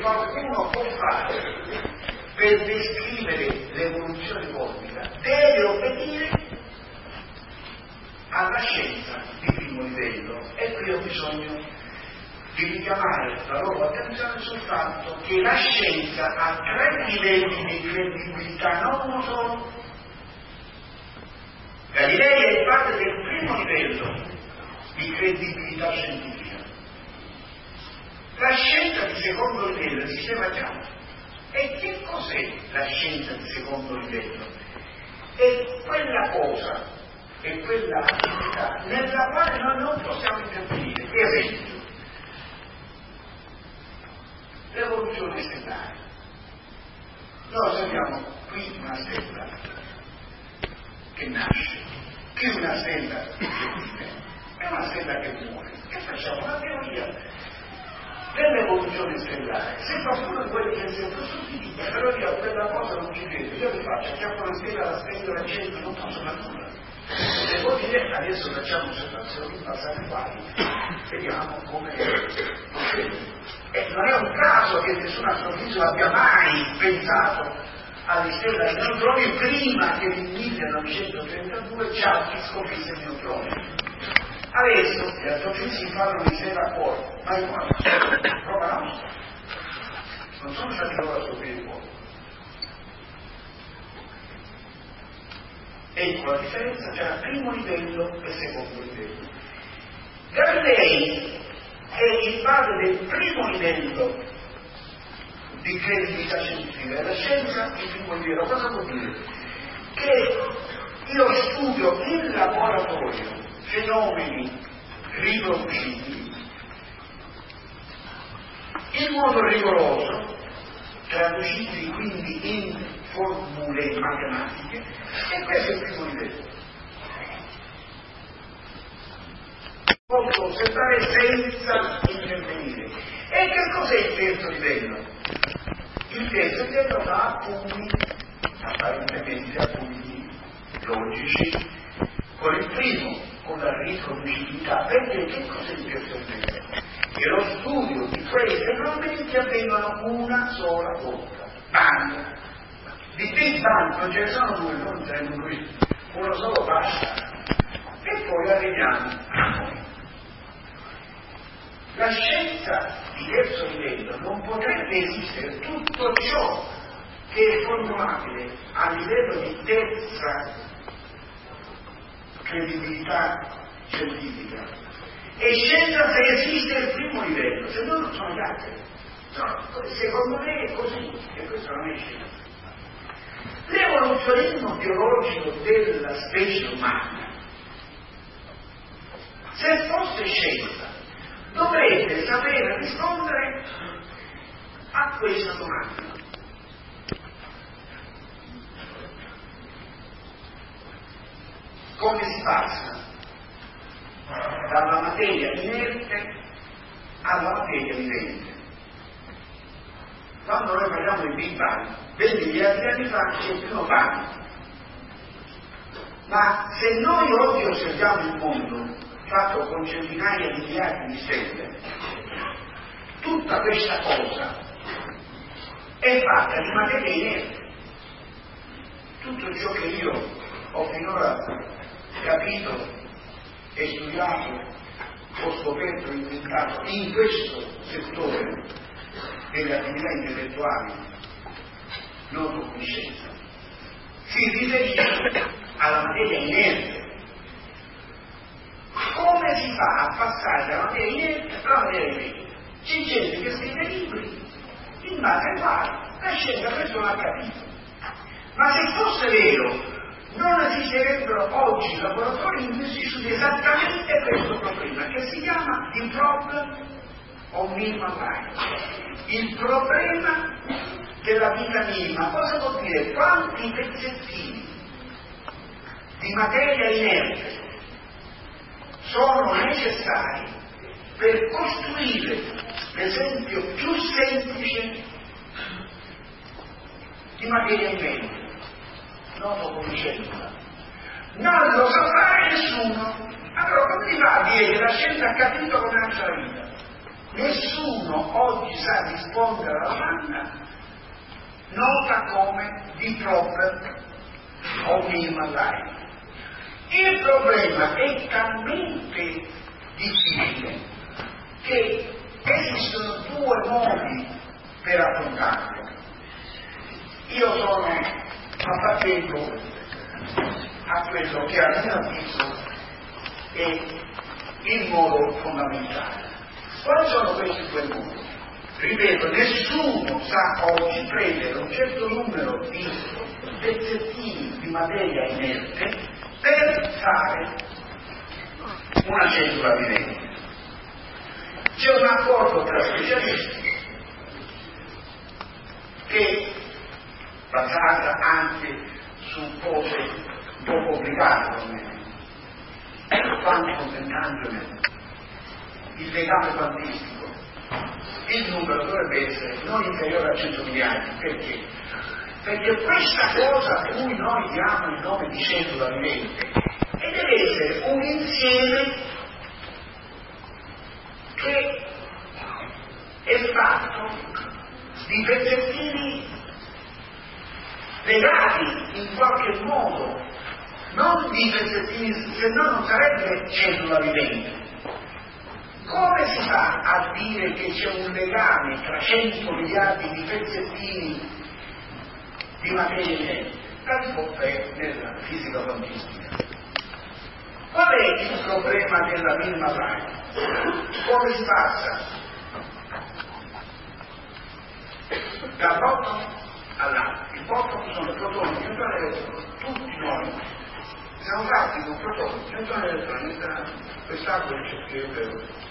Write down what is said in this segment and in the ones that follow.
qualcuno può fare per descrivere l'evoluzione cosmica deve obbedire alla scienza di primo livello. E qui ho bisogno di richiamare la loro attenzione sul fatto che la scienza ha 3 livelli di credibilità, non uno solo. Galilei è il padre del primo livello di credibilità scientifica. La scienza di secondo livello esisteva già. E che cos'è la scienza di secondo livello? È quella cosa, è quella attività nella quale noi non possiamo intervenire. Per esempio, l'evoluzione stellare. Noi osserviamo qui una stella che nasce, qui una stella che vive, e una stella che muore. Che facciamo? Una teoria dell'evoluzione stellare. Se qualcuno di quelli che è sempre stupito, però io a quella cosa non ci credo, io vi faccio, acchiappo una stella, la stella la accendo, non posso fare nulla. E vuol dire adesso facciamo osservazioni, passate quali, vediamo come procede. E non è un caso che nessun astrofisico abbia mai pensato alle stelle ai neutroni prima che nel 1932 già si scoprisse il neutrone. Adesso gli astrofisici parlano di stella a cuore, ma è uguale, prova nostra. Non sono stati loro a scoprire il cuore. Ecco la differenza tra primo livello e secondo livello. Galilei è il padre del primo livello di credibilità scientifica, la scienza di primo livello. Cosa vuol dire? Che io studio in laboratorio fenomeni riproducibili in modo rigoroso, traducibili quindi in formule matematiche, e questo è il primo livello. Posso osservare senza intervenire. E che cos'è il terzo livello? Il terzo livello fa appunti, apparentemente appunti logici, con il primo, con la riproducibilità. Perché che cos'è il terzo livello? È lo studio di quei fenomeni che avvengono una sola volta. Bang! Di Big Bang non ce ne sono due, non ce ne sono qui. Uno solo basta. E poi arriviamo a noi. La scienza di terzo livello non potrebbe esistere tutto ciò che è formulabile a livello di terza credibilità scientifica. E scienza se esiste il primo livello, se no non sono gli altri. No, secondo me è così, e questo non è scienza. L'evoluzionismo biologico della specie umana, se fosse scienza, dovrebbe sapere rispondere a questa domanda. Come si passa dalla materia inerte alla materia vivente? Quando noi parliamo di Big Bang, 20 miliardi di anni fa c'è il primo bang. Ma se noi oggi osserviamo il mondo fatto con centinaia di miliardi di stelle, tutta questa cosa è fatta di materia inerte. Tutto ciò che io ho finora capito e studiato, ho scoperto e inventato in questo settore delle attività intellettuali noto come scienza, si riferisce alla materia inerte. Come si fa a passare dalla materia inerte alla materia vivente? C'è gente che scrive libri in base ai quali la scienza questo l'ha capito. Ma se fosse vero, non esisterebbero oggi laboratori in cui si studia esattamente questo problema, che si chiama the problem of minimal life, il problema della vita minima. Cosa vuol dire? Quanti pezzettini di materia inerte sono necessari per costruire l'esempio più semplice di materia inerte, noto come scienza. Non lo sa fare nessuno. Allora come si fa a dire che la scienza ha capito come nasce la vita? nessuno oggi sa rispondere alla domanda nota come deep problem o minimal life. Il problema è talmente difficile che esistono due modi per affrontarlo. Io sono appartengo a quello che a mio avviso è il modo fondamentale. Quali sono questi due modi? Ripeto, nessuno sa oggi prendere un certo numero di pezzettini di materia inerte per fare una cellula vivente. C'è un accordo tra specialisti che, basata anche su cose un po' complicate come quantum entanglement, il legame quantistico, il numero dovrebbe essere non inferiore a 100 miliardi. Perché? Perché questa cosa a cui noi diamo il nome di cellula vivente e deve essere un insieme che è fatto di pezzettini legati in qualche modo, non di pezzettini, se no non sarebbe cellula vivente. Come si fa a dire che c'è un legame tra 100 miliardi di pezzettini di materia inerte? La risposta è nella fisica quantistica. Qual è il problema della minimal life? Come si passa dal bottom all'altro? Il bottom sono protoni, neutroni e elettroni. Tutti noi siamo fatti con protoni, neutroni e elettroni. Quest'acqua c'è che è vero.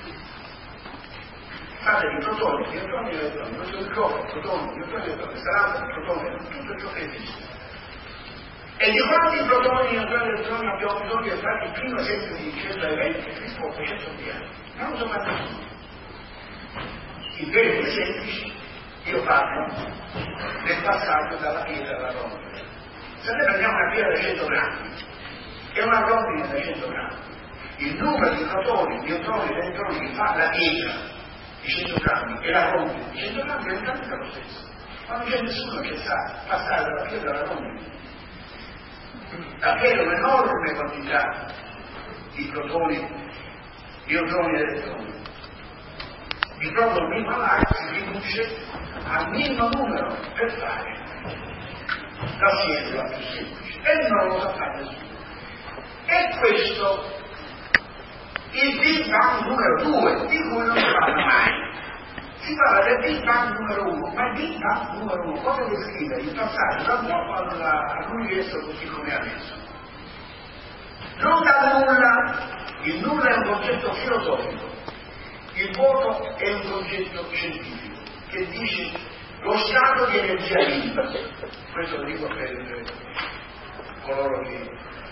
Fate di protoni, neutroni e elettroni, questo è il corpo, protoni, neutroni e elettroni, sarà protoni, tutto ciò che esiste. E di quanti protoni, neutroni e elettroni abbiamo bisogno di fare il primo esempio di cellula eventi? Risposta 100 miliardi. Non lo so fare nessuno. In termini semplici, io parlo del passaggio dalla pietra alla rondine. Se noi prendiamo una pietra da 100 grammi e una rondine da 100 grammi, il numero di protoni, neutroni e elettroni che fa la pietra di 100 grammi e la rondine di 100 grammi è esattamente lo stesso. Ma non c'è nessuno che sa passare dalla pietra alla rondine. Davvero un'enorme quantità di protoni, neutroni e elettroni. Il proprio minimal life si riduce al minimo numero per fare la cellula più semplice. E non lo sa fare nessuno. E questo il Big Bang numero 2, di cui non si parla mai. Si parla del Big Bang numero 1, ma il Big Bang numero 1 cosa descrive? Il passaggio dal vuoto all'universo così come è adesso. Non da nulla, il nulla è un concetto filosofico, il vuoto è un concetto scientifico, che dice lo stato di energia libera. Questo lo dico per coloro che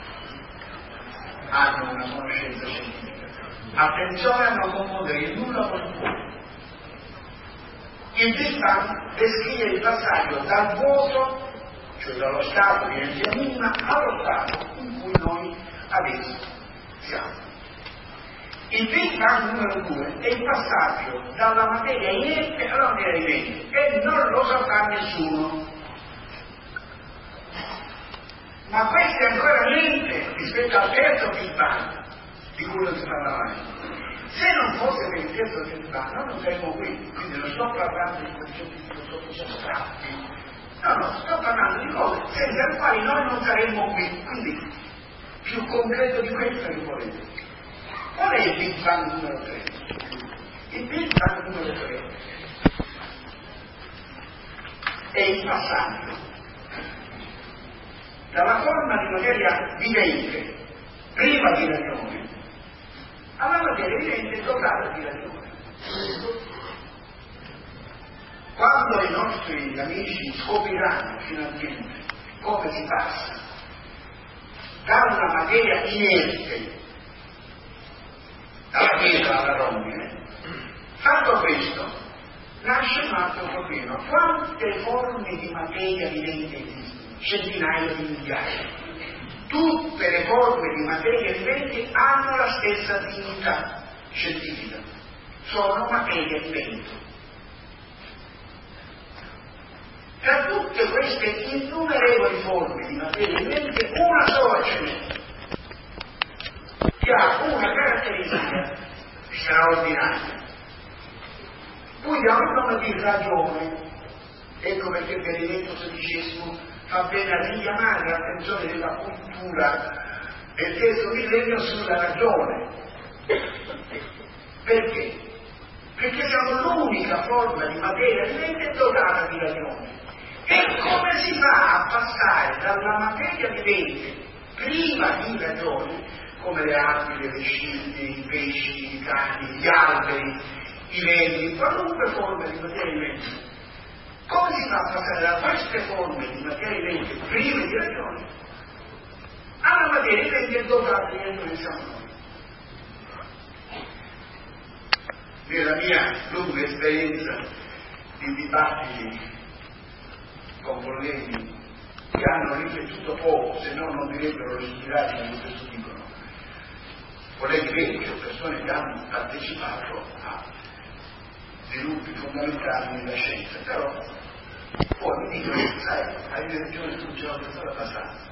hanno una conoscenza scientifica. Attenzione a non confondere il nulla con il vuoto. Il Big Bang descrive il passaggio dal vuoto, cioè dallo stato di energia minima, allo stato in cui noi adesso siamo. Il Big Bang numero 2 è il passaggio dalla materia inerte alla materia vivente e non lo sa fare nessuno. Ma questo è ancora niente rispetto al terzo Big Bang di cui non si parla mai. Se non fosse per il terzo Big Bang noi non saremmo qui, quindi non sto parlando di concetti filosofici astratti, no, sto parlando di cose senza le quali noi non saremmo qui, quindi più concreto di questo che volete. Qual è il Big Bang numero 3? Il Big Bang numero 3 è il passaggio dalla forma di materia vivente prima di radione alla materia vivente dotata di radione. Quando i nostri amici scopriranno finalmente come si passa da una materia inerte dalla pietra alla rondine, fatto questo nasce un altro problema. Quante forme di materia vivente esistono? Centinaia di migliaia. Tutte le forme di materia vivente hanno la stessa dignità scientifica, sono materia vivente. Tra tutte queste innumerevoli forme di materia vivente, una sola ce n'è, che ha una caratteristica straordinaria. Cui diamo il nome di ragione. Ecco perché Benedetto XVI fa bene a richiamare l'attenzione della cultura del terzo millennio sulla ragione. Perché? Perché siamo l'unica forma di materia vivente dotata di ragione. E come si fa a passare dalla materia vivente priva di ragione, come le aquile, le scimmie, i pesci, i cani, gli alberi, i venti, qualunque forma di materia vivente, come si fa a passare da queste forme di materia vivente prive di ragione alla materia vivente dotata di ragione siamo noi? Nella mia lunga esperienza di dibattiti con colleghi che hanno riflettuto poco, se no non direbbero le studiate come spesso dicono, colleghi vecchi o persone che hanno partecipato a sviluppi fondamentali nella scienza, però poi mi dicono, sai, hai ragione, tu ce l'ho pensata abbastanza.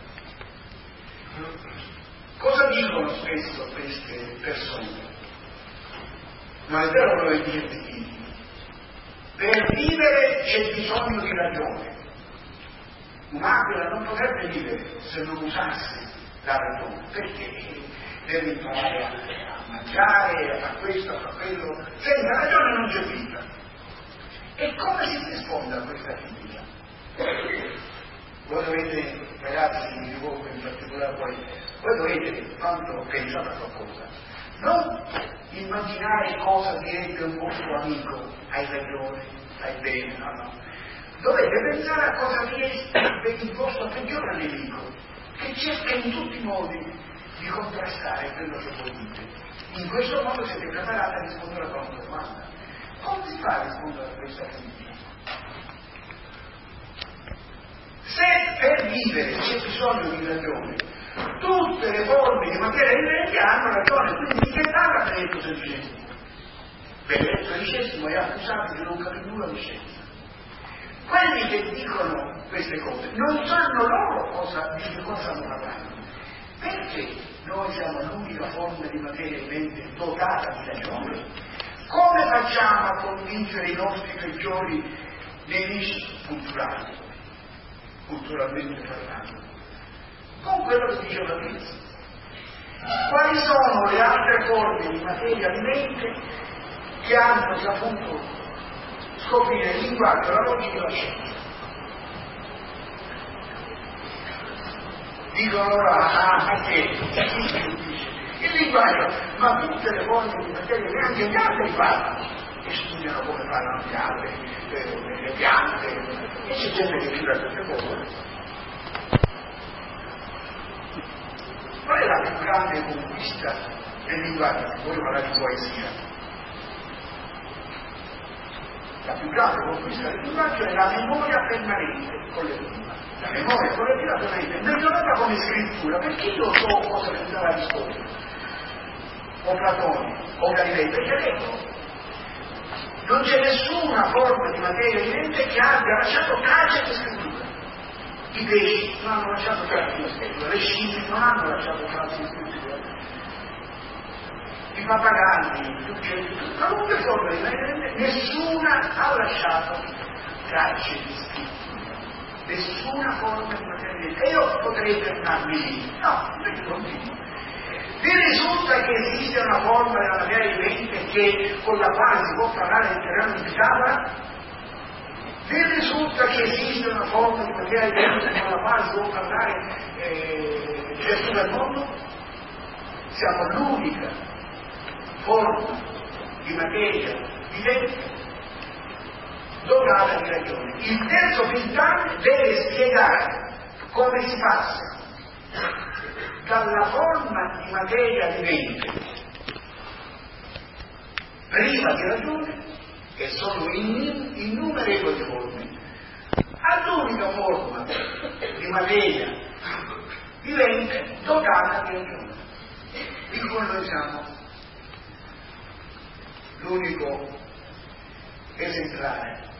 Cosa dicono spesso queste persone? Ma è vero quello che dice Pettini, per vivere c'è bisogno di ragione. Un'aquila non potrebbe vivere se non usasse la ragione, perché deve imparare a mangiare, a fare questo, a fare quello, senza ragione non c'è vita. E come si risponde a questa critica? Voi dovete, ragazzi di voi in particolare voi dovete, quando pensate a qualcosa, non immaginare cosa direbbe un vostro amico, hai ragione, hai bene, no. Dovete pensare a cosa direste il vostro peggiore nemico, che cerca in tutti i modi di contrastare quello che voi dite. In questo modo siete preparati a rispondere alla vostra domanda. Come si fa a rispondere a questa critica? Se per vivere c'è bisogno di ragione, tutte le forme di materia vivente hanno ragione, quindi che parla Benedetto XVI? Benedetto XVI è accusato di non capire nulla di scienza. Quelli che dicono queste cose non sanno loro di che cosa stanno parlando. Perché noi siamo l'unica forma di materia vivente dotata di ragione? Come facciamo a convincere i nostri peggiori nemici culturali, culturalmente parlando? Con quello che diceva prima. Quali sono le altre forme di materia vivente che hanno saputo scoprire il linguaggio, la logica e la scienza? Dicono loro, ma che? Il linguaggio, ma tutte le forme di materia vivente, anche gli altri parlano, e studiano come parlano gli alberi, le piante, e c'è gente che scrive queste cose. Qual è la più grande conquista del linguaggio? Voglio parlare di poesia. La più grande conquista del linguaggio è la memoria permanente collettiva. La memoria collettiva permanente, non è come scrittura, perché io so cosa pensava Aristotele, o Platone, o Galilei, perché leggo. Non c'è nessuna forma di materia vivente che abbia lasciato tracce di scrittura. I pesci non hanno lasciato tracce di scrittura, le scimmie non hanno lasciato tracce di scrittura, i pappagalli, gli uccelli, qualunque forma di materia vivente, nessuna ha lasciato tracce di scrittura, nessuna forma di materia vivente. E io potrei fermarmi lì, no, perché continuo. Vi risulta che esiste una forma della materia vivente con la quale si può parlare del terreno di Pitagora? Vi risulta che esiste una forma di materia vivente con la quale si può parlare di Gesù del mondo? Siamo l'unica forma di materia vivente dotata di ragione. Il terzo Pintani deve spiegare come si passa dalla forma di materia vivente priva di ragione, e sono innumerevoli forme, all'unica forma di materia vivente dotata di ragione, di cui noi siamo l'unico esemplare